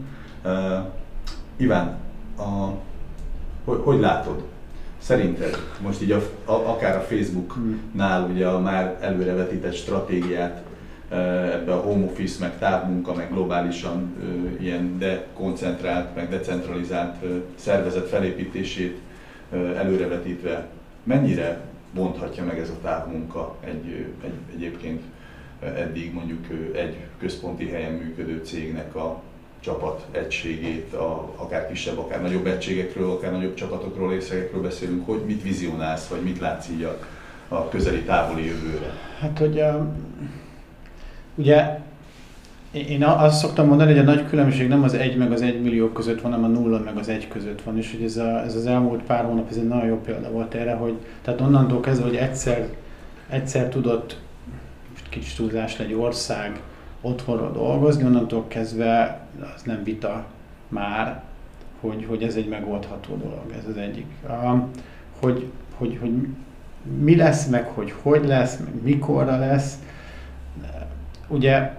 Iván, a, hogy, hogy látod? Szerinted most így a, a, akár a Facebooknál ugye a már előrevetített stratégiát ebbe a home office, meg távmunka, meg globálisan ilyen dekoncentrált, meg decentralizált szervezet felépítését előrevetítve mennyire bonthatja meg ez a távmunka egy, egy, egyébként eddig mondjuk egy központi helyen működő cégnek a csapat egységét, a, akár kisebb, akár nagyobb egységekről, akár nagyobb csapatokról, részlegekről beszélünk, hogy mit vizionálsz, vagy mit látsz így a, a közeli távoli jövőre? Hát, hogy uh, ugye én azt szoktam mondani, hogy a nagy különbség nem az egy meg az egy millió között van, hanem a nulla meg az egy között van, és hogy ez, a, ez az elmúlt pár hónap ez egy nagyon jó példa volt erre, hogy tehát onnantól kezdve, hogy egyszer, egyszer tudott, kicsit túlzás egy ország otthonról dolgozni, onnantól kezdve az nem vita már, hogy, hogy ez egy megoldható dolog, ez az egyik. Um, hogy, hogy, hogy mi lesz, meg hogy hogy lesz, meg mikorra lesz. Ugye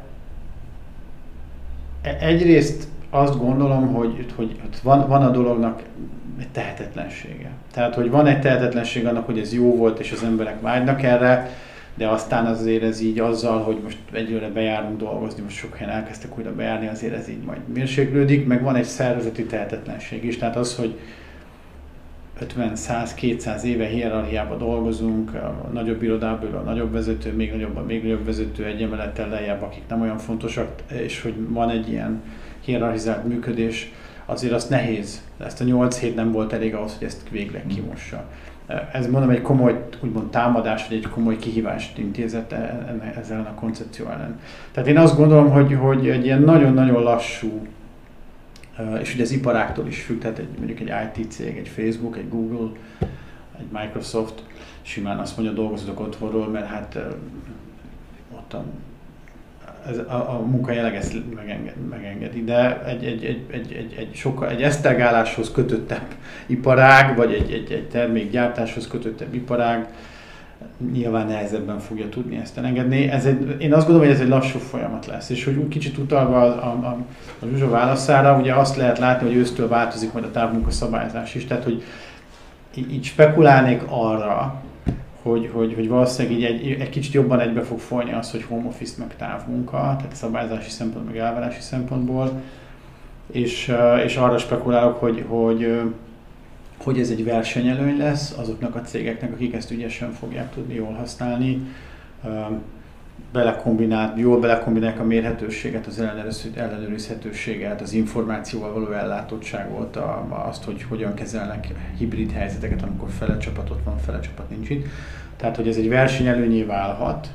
egyrészt azt gondolom, hogy, hogy van, van a dolognak egy tehetetlensége. Tehát, hogy van egy tehetetlenség annak, hogy ez jó volt, és az emberek vágynak erre, de aztán azért ez így azzal, hogy most egyőre bejárunk dolgozni, most sok helyen elkezdtek újra bejárni, azért ez így majd mérséklődik, meg van egy szervezeti tehetetlenség is, tehát az, hogy ötven, száz, kétszáz éve hierarchiában dolgozunk, a nagyobb irodából a nagyobb vezető, még nagyobb a még nagyobb vezető, egy emelettel lejjebb, akik nem olyan fontosak, és hogy van egy ilyen hierarchizált működés, azért az nehéz. Ezt a nyolc hét nem volt elég ahhoz, hogy ezt végleg kimossa. Ez mondom egy komoly, úgymond támadás, vagy egy komoly kihívást intézett ezzel a koncepció ellen. Tehát én azt gondolom, hogy, hogy egy ilyen nagyon-nagyon lassú, és ugye az iparáktól is függ, tehát egy, mondjuk egy i té cég, egy Facebook, egy Google, egy Microsoft simán azt mondja, dolgozatok otthonról, mert hát ott a, ez a, a munkajelleg ezt megenged, megengedi, de egy, egy, egy, egy, egy, egy, sokkal, egy esztergáláshoz kötöttebb iparág, vagy egy, egy, egy termékgyártáshoz kötöttebb iparág nyilván nehezebben fogja tudni ezt elengedni. Ez egy, én azt gondolom, hogy ez egy lassú folyamat lesz, és hogy úgy kicsit utalva a, a, a Zsuzsa válaszára, ugye azt lehet látni, hogy ősztől változik majd a távmunka szabályozás is, tehát hogy így spekulálnék arra, hogy, hogy, hogy valószínűleg így egy, egy kicsit jobban egybe fog folyni az, hogy home office meg távmunka, tehát szabályozási szempont meg elvárási szempontból, és, és arra spekulálok, hogy, hogy, hogy ez egy versenyelőny lesz azoknak a cégeknek, akik ezt ügyesen fogják tudni jól használni, belekombinált, jól belekombinálják a mérhetőséget, az ellenőrizhetőséget, az információval való ellátottságot, a, azt, hogy hogyan kezelnek hibrid helyzeteket, amikor fele csapat ott van, fele csapat nincs itt. Tehát, hogy ez egy versenyelőnyé válhat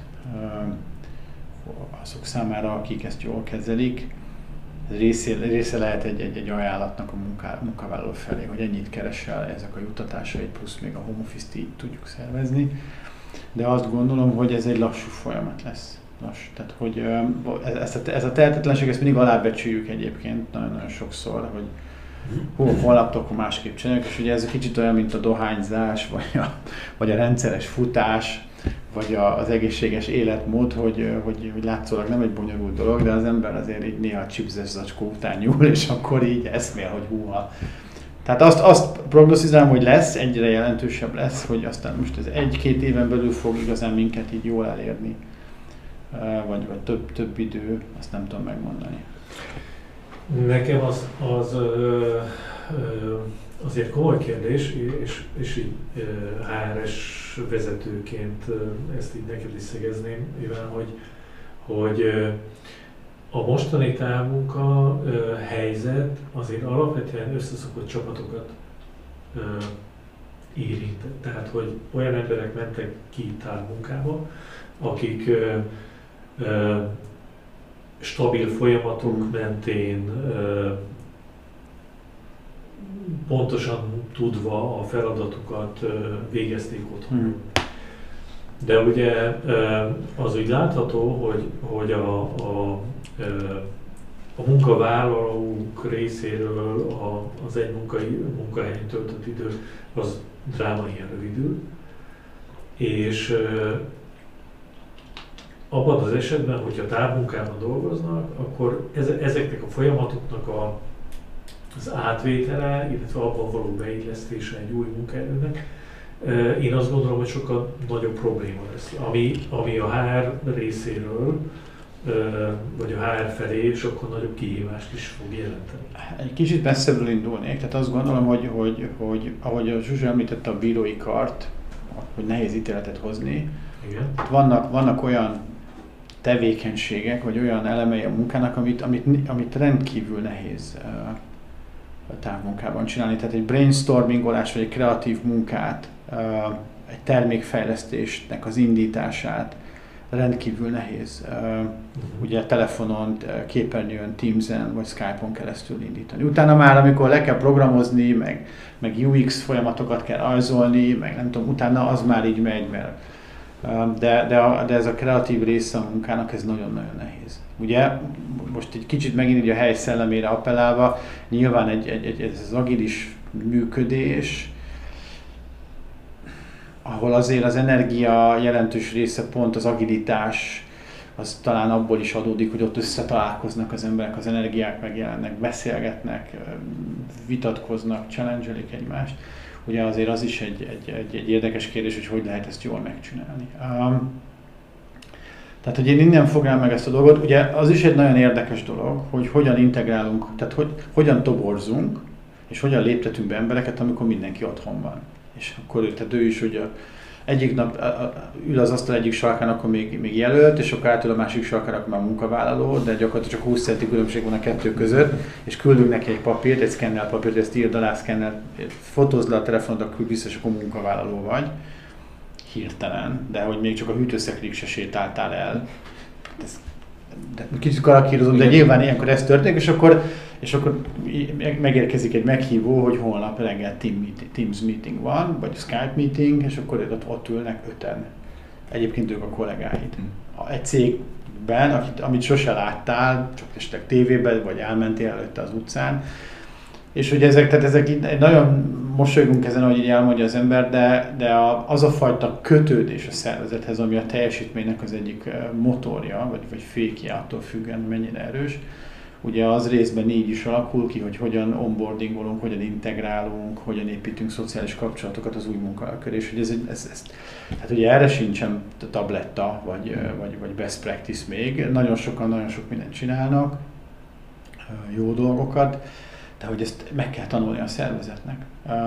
azok számára, akik ezt jól kezelik. Ez része, része lehet egy, egy, egy ajánlatnak a munká, munkavállaló felé, hogy ennyit keresel, ezek a juttatásait, plusz még a home office-t így tudjuk szervezni. De azt gondolom, hogy ez egy lassú folyamat lesz. Lassú. Tehát, hogy ez a, ez a tehetetlenség, ezt mindig alábecsüljük egyébként nagyon-nagyon sokszor, hogy hú, holnaptól akkor másképp csináljuk, és ugye ez egy kicsit olyan, mint a dohányzás, vagy a, vagy a rendszeres futás, vagy a, az egészséges életmód, hogy, hogy, hogy látszólag nem egy bonyolult dolog, de az ember azért így néha a chipses zacskó után nyúl, és akkor így eszmél, hogy húha. Tehát azt, azt prognosztizálom, hogy lesz, egyre jelentősebb lesz, hogy aztán most ez egy-két éven belül fog igazán minket így jól elérni, vagy, vagy több, több idő, azt nem tudom megmondani. Nekem az, az ö, ö, azért komoly kérdés, és, és így há er es vezetőként ezt így neked is szegezném, mivel hogy, hogy a mostani távmunka helyzet azért alapvetően összeszokott csapatokat ö, érint. Tehát, hogy olyan emberek mentek ki távmunkába, akik ö, ö, stabil folyamatok mentén, ö, pontosan tudva a feladatokat ö, végezték otthon. Hmm. De ugye az úgy látható, hogy, hogy a, a, a munkavállalók részéről a, az egy munkai, munkahelyen töltött idő az drámaian rövidül, és abban az esetben, hogyha távmunkában dolgoznak, akkor ezeknek a folyamatoknak a, az átvétele, illetve abban való beillesztése egy új munkaerőnek, én azt gondolom, hogy sokkal nagyobb probléma lesz, ami, ami a há er részéről, vagy a há er felé sokkal nagyobb kihívást is fog jelenteni. Egy kicsit messzebbről indulnék, tehát azt gondolom, hogy, hogy, hogy ahogy a Zsuzsa említette a bírói kart, hogy nehéz ítéletet hozni. Igen. Vannak, vannak olyan tevékenységek, vagy olyan elemei a munkának, amit, amit, amit rendkívül nehéz a távmunkában csinálni. Tehát egy brainstormingolás, vagy egy kreatív munkát, egy termékfejlesztésnek az indítását rendkívül nehéz. Uh-huh. Ugye telefonon, képernyőn, Teams-en vagy Skype-on keresztül indítani. Utána már, amikor le kell programozni, meg, meg u iksz folyamatokat kell rajzolni, meg nem tudom, utána az már így megy, mert de, de, a, de ez a kreatív része a munkának, ez nagyon-nagyon nehéz. Ugye, most egy kicsit megint így a hely szellemére appellálva, nyilván egy, egy, egy, ez az agilis működés, ahol azért az energia jelentős része pont az agilitás, az talán abból is adódik, hogy ott összetalálkoznak az emberek, az energiák megjelennek, beszélgetnek, vitatkoznak, challenge-elik egymást. Ugye azért az is egy, egy, egy, egy érdekes kérdés, hogy hogy lehet ezt jól megcsinálni. Um, tehát, hogy én innen fognám meg ezt a dolgot, ugye az is egy nagyon érdekes dolog, hogy hogyan integrálunk, tehát hogy, hogyan toborzunk, és hogyan léptetünk be embereket, amikor mindenki otthon van. És akkor tehát ő is ugye egyik nap ül az asztal egyik sarkán, akkor még, még jelölt, és akkor átül a másik sarkára, akkor már munkavállaló, de gyakorlatilag csak húsz centi különbség van a kettő között, és küldünk neki egy papírt, egy szkennelt papírt, ezt írd alá, szkennelt, fotózd le a telefonot, küld vissza, és akkor munkavállaló vagy. Hirtelen, de hogy még csak a hűtőszekréig se sétáltál el. Ez, de kicsit karakírozom, de nyilván ilyenkor ez történik, és akkor, és akkor megérkezik egy meghívó, hogy holnap reggel Teams meeting van, vagy Skype meeting, és akkor ott, ott ülnek öten. Egyébként ők a kollégáid. Egy cégben, akit, amit sose láttál, csak esetleg tévében, vagy elmentél előtte az utcán. És ugye ezek, tehát ezek így, nagyon mosolygunk ezen, ahogy így elmondja az ember, de, de a, az a fajta kötődés a szervezethez, ami a teljesítménynek az egyik motorja, vagy, vagy fékje, attól függően mennyire erős, ugye az részben így is alakul ki, hogy hogyan onboardingolunk, hogyan integrálunk, hogyan építünk szociális kapcsolatokat az új munkahelyekkel, és hogy ez, ez, ez, hát ugye erre sincsen tabletta, vagy, vagy, vagy best practice még, nagyon sokan nagyon sok mindent csinálnak, jó dolgokat, de hogy ezt meg kell tanulni a szervezetnek.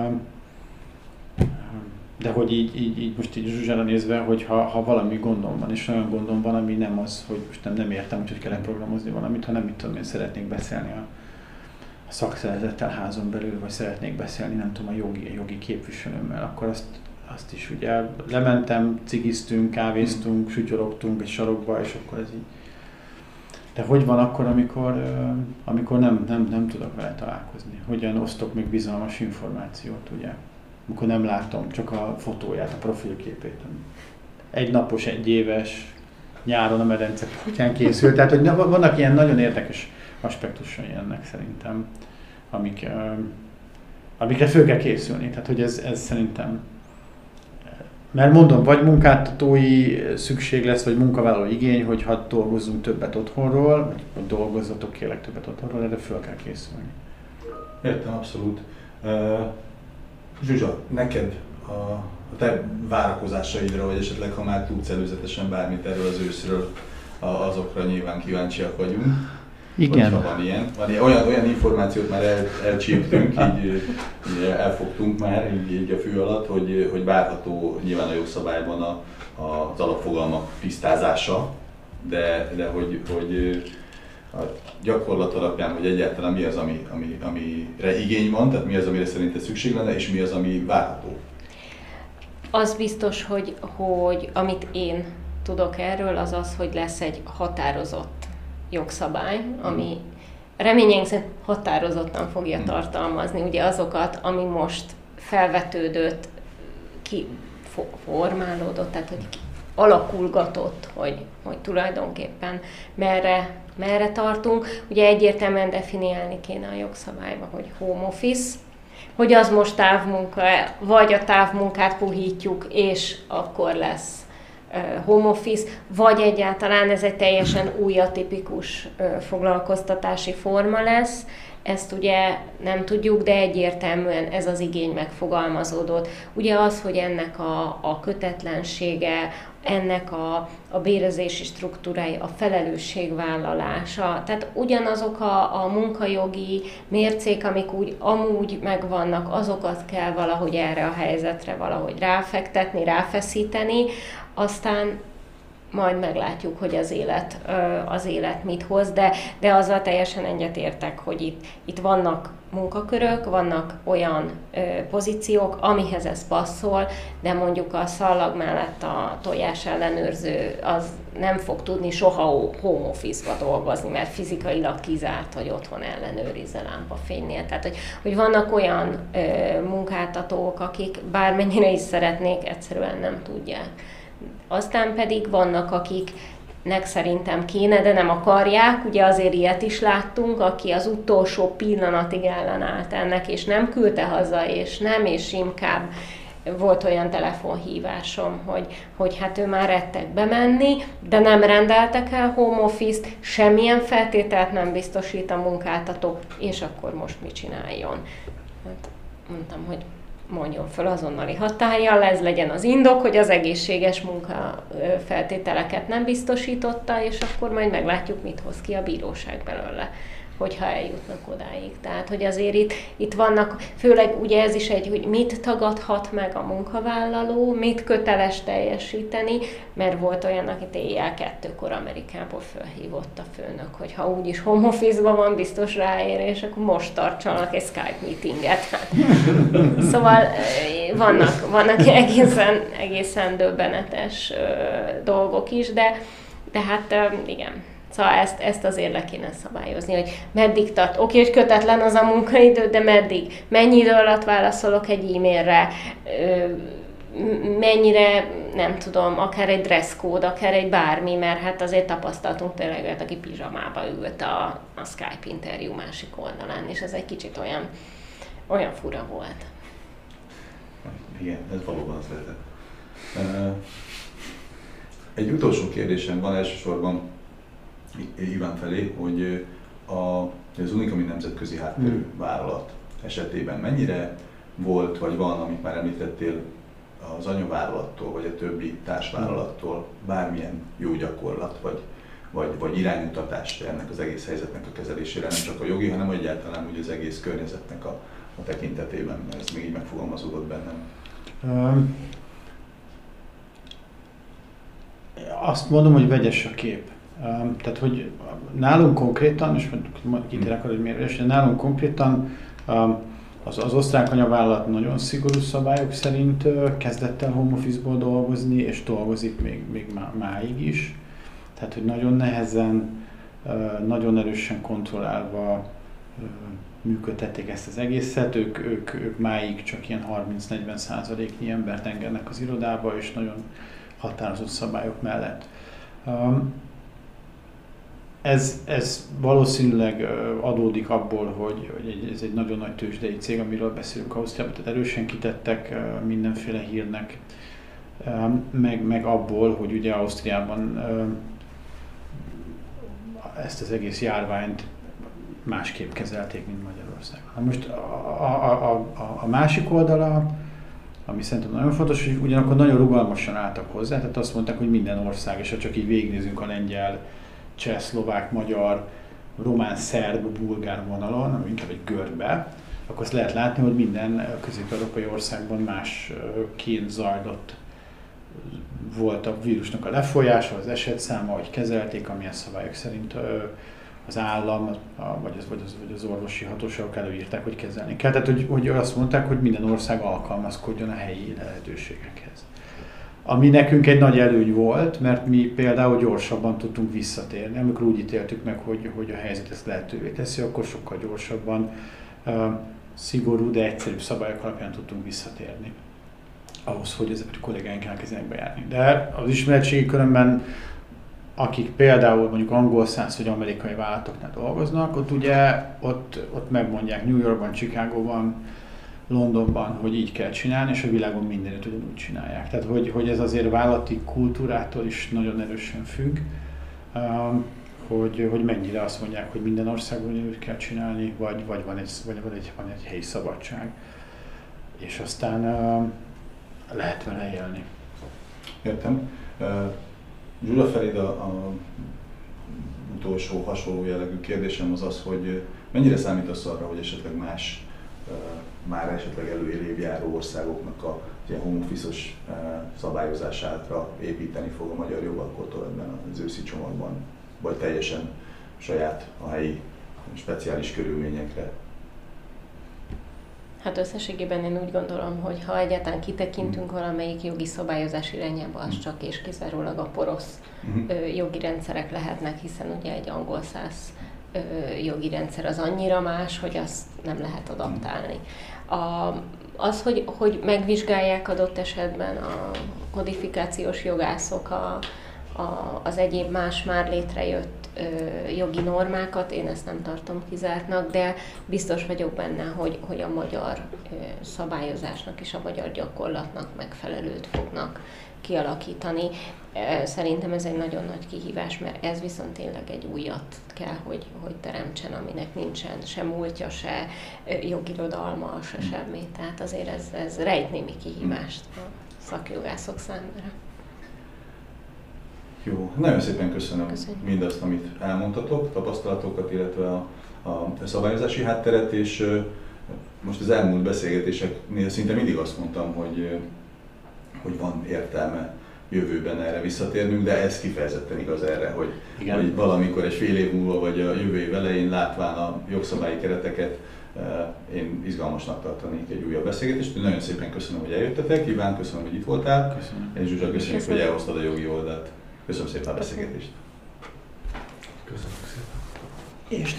De hogy így, így, így most így Zsuzsára nézve, hogy ha, ha valami gondom van, és olyan gondom van, ami nem az, hogy most nem, nem értem, úgyhogy kell programozni valamit, hanem mit tudom én, szeretnék beszélni a, a szakszervezettel házon belül, vagy szeretnék beszélni, nem tudom, a jogi, a jogi képviselőmmel, akkor azt, azt is ugye lementem, cigiztünk, kávéztunk, hmm. sütyorogtunk egy sarokba, és akkor ez így. De hogy van akkor, amikor, amikor nem, nem, nem tudok vele találkozni? Hogyan osztok még bizalmas információt, ugye? Amikor nem látom csak a fotóját, a profilképét. Egy napos, egy éves, nyáron a medence kutyán készült. Tehát, hogy vannak ilyen nagyon érdekes aspektusai ennek szerintem, amik, amikre föl kell készülni. Tehát, hogy ez, ez szerintem, mert mondom, vagy munkáltatói szükség lesz, vagy munkavállaló igény, hogy ha dolgozzunk többet otthonról, vagy dolgozzatok kérlek többet otthonról, de föl kell készülni. Értem, abszolút. Uh... Zsuzsa, neked a, a te várakozásaidra, vagy esetleg ha már tudsz előzetesen bármit erről az őszről, a, azokra nyilván kíváncsiak vagyunk. Igen. Hogyha van ilyen. Van ilyen olyan, olyan információt már el, elcsíptünk, így, így elfogtunk már így, így a fű alatt, hogy, hogy várható nyilván a jogszabályban a, a, az alapfogalmak tisztázása, de, de hogy, hogy a gyakorlat alapján, hogy egyáltalán mi az, ami, ami, amire igény van, tehát mi az, amire szerinted szükség lenne, és mi az, ami várható? Az biztos, hogy, hogy amit én tudok erről, az az, hogy lesz egy határozott jogszabály, ami reményeink szerint határozottan fogja tartalmazni ugye azokat, ami most felvetődött, ki formálódott, tehát hogy alakulgatott, hogy, hogy tulajdonképpen merre, merre tartunk. Ugye egyértelműen definiálni kéne a jogszabályba, hogy home office, hogy az most távmunka, vagy a távmunkát puhítjuk, és akkor lesz home office, vagy egyáltalán ez egy teljesen új, atipikus foglalkoztatási forma lesz. Ezt ugye nem tudjuk, de egyértelműen ez az igény megfogalmazódott. Ugye az, hogy ennek a, a kötetlensége, ennek a, a bérezési struktúrái, a felelősségvállalása, tehát ugyanazok a, a munkajogi mércék, amik úgy amúgy megvannak, azokat kell valahogy erre a helyzetre valahogy ráfektetni, ráfeszíteni, aztán majd meglátjuk, hogy az élet, az élet mit hoz, de, de azzal teljesen egyetértek, hogy itt, itt vannak munkakörök, vannak olyan ö, pozíciók, amihez ez passzol, de mondjuk a szallag mellett a tojás ellenőrző az nem fog tudni soha home office-ba dolgozni, mert fizikailag kizárt, hogy otthon ellenőrizze lámpafénynél. Tehát, hogy, hogy vannak olyan ö, munkáltatók, akik bármennyire is szeretnék, egyszerűen nem tudják. Aztán pedig vannak, akiknek szerintem kéne, de nem akarják, ugye azért ilyet is láttunk, aki az utolsó pillanatig ellenállt ennek, és nem küldte haza, és nem, és inkább volt olyan telefonhívásom, hogy, hogy hát ő már rettek bemenni, de nem rendeltek el home office-t, semmilyen feltételt nem biztosít a munkáltató, és akkor most mit csináljon? Hát mondtam, hogy mondjon föl azonnali hatállyal, ez legyen az indok, hogy az egészséges munkafeltételeket nem biztosította, és akkor majd meglátjuk, mit hoz ki a bíróság belőle, hogyha eljutnak odáig. Tehát, hogy azért itt, itt vannak, főleg ugye ez is egy, hogy mit tagadhat meg a munkavállaló, mit köteles teljesíteni, mert volt olyan, akit éjjel kettőkor Amerikából felhívott a főnök, hogy ha úgyis home office-ban van biztos ráérés, akkor most tartsanak egy Skype meetinget. Szóval vannak, vannak egészen, egészen döbbenetes dolgok is, de, de hát igen. Szóval ezt, ezt azért le kéne szabályozni, hogy meddig tart. Oké, hogy kötetlen az a munkaidő, de meddig? Mennyi idő alatt válaszolok egy e-mailre? Mennyire, nem tudom, akár egy dresscode, akár egy bármi, mert hát azért tapasztaltunk tényleg olyat, aki pizsamába ült a, a Skype interjú másik oldalán, és ez egy kicsit olyan, olyan fura volt. Igen, ez valóban az lehetett. Egy utolsó kérdésem van elsősorban Iván felé, hogy a, az Unicami nemzetközi hátterű Mm. vállalat esetében mennyire volt, vagy van, amit már említettél, az anyavállalattól, vagy a többi társvállalattól bármilyen jó gyakorlat, vagy, vagy, vagy iránymutatást ennek az egész helyzetnek a kezelésére, nem csak a jogi, hanem egyáltalán úgy az egész környezetnek a, a tekintetében, mert ez még így megfogalmazódott bennem. Um, azt mondom, hogy vegyes a kép. Um, tehát, hogy nálunk konkrétan, és majd kitérek arra, hogy miért, de nálunk konkrétan um, az, az osztrák anyavállalat nagyon szigorú szabályok szerint uh, kezdett el home office-ból dolgozni, és dolgozik még, még má, máig is. Tehát, hogy nagyon nehezen, uh, nagyon erősen kontrollálva uh, működtették ezt az egészet. Ők, ők, ők máig csak ilyen harminc-negyven százaléknyi embert engednek az irodába, és nagyon határozott szabályok mellett. Um, Ez, ez valószínűleg adódik abból, hogy, hogy ez egy nagyon nagy tőzsdei cég, amiről beszélünk Ausztriában, tehát erősen kitettek mindenféle hírnek, meg, meg abból, hogy ugye Ausztriában ezt az egész járványt másképp kezelték, mint Magyarországon. Na most a, a, a, a másik oldala, ami szerintem nagyon fontos, hogy ugyanakkor nagyon rugalmasan álltak hozzá, tehát azt mondták, hogy minden ország, és ha csak így végignézünk a lengyel, cseh, szlovák, magyar, román, szerb, bulgár vonalon, ami inkább egy görbe, akkor azt lehet látni, hogy minden közép-európai országban másként zajlott. Volt a vírusnak a lefolyása, az esetszáma, hogy kezelték, amilyen szabályok szerint az állam, vagy az, vagy az, vagy az orvosi hatóságok előírták, hogy kezelni kell. Tehát, hogy, hogy azt mondták, hogy minden ország alkalmazkodjon a helyi lehetőségekhez. Ami nekünk egy nagy előny volt, mert mi például gyorsabban tudtunk visszatérni. Amikor úgy ítéltük meg, hogy, hogy a helyzet ezt lehetővé teszi, akkor sokkal gyorsabban, uh, szigorú, de egyszerűbb szabályok alapján tudtunk visszatérni. Ahhoz, hogy ezeket a kollégáink elkezdenek bejárni. De az ismeretségi körömben, akik például mondjuk angol száz vagy amerikai vállalatoknál dolgoznak, ott ugye ott, ott megmondják New Yorkban, Chicagóban, Londonban, hogy így kell csinálni, és a világon mindenütt ugyanúgy csinálják. Tehát, hogy, hogy ez azért vállalati kultúrától is nagyon erősen függ, um, hogy, hogy mennyire azt mondják, hogy minden országban ugyanúgy kell csinálni, vagy, vagy van, egy, vagy van, egy, van egy helyi szabadság. És aztán um, lehet vele élni. Értem. Uh, Zsula feléd a, a utolsó hasonló jellegű kérdésem az az, hogy mennyire számítasz arra, hogy esetleg más uh, már esetleg előrébb járó országoknak a ilyen home office-os uh, szabályozására építeni fog a magyar jogalkotó ebben az őszi csomagban, vagy teljesen saját a helyi speciális körülményekre? Hát összességében én úgy gondolom, hogy ha egyáltalán kitekintünk valamelyik jogi szabályozás irányába, az csak és kizárólag a porosz ö, jogi rendszerek lehetnek, hiszen ugye egy angol száz ö, jogi rendszer az annyira más, hogy azt nem lehet adaptálni. A, az, hogy, hogy megvizsgálják adott esetben a kodifikációs jogászok a, a, az egyéb más már létrejött ö, jogi normákat, én ezt nem tartom kizártnak, de biztos vagyok benne, hogy, hogy a magyar ö, szabályozásnak és a magyar gyakorlatnak megfelelőt fognak kialakítani. Szerintem ez egy nagyon nagy kihívás, mert ez viszont tényleg egy újat kell, hogy, hogy teremtsen, aminek nincsen se múltja, se jogirodalma, se semmi. Tehát azért ez, ez rejt némi kihívást a szakjogászok számára. Jó, nagyon szépen köszönöm Köszönjük. mindazt, amit elmondtatok, tapasztalatokat, illetve a, a szabályozási hátteret, és most az elmúlt beszélgetéseknél szinte mindig azt mondtam, hogy, hogy van értelme jövőben erre visszatérnünk, de ez kifejezetten igaz erre, hogy, hogy valamikor egy fél év múlva, vagy a jövő év elején látván a jogszabályi kereteket, én izgalmasnak tartanék egy újabb beszélgetést. Nagyon szépen köszönöm, hogy eljöttetek. Iván, köszönöm, hogy itt voltál. Köszönöm. És Zsuzsa, köszönjük, Köszönöm. hogy elhoztad a jogi oldalt. Köszönöm szépen a beszélgetést. Köszönöm szépen. És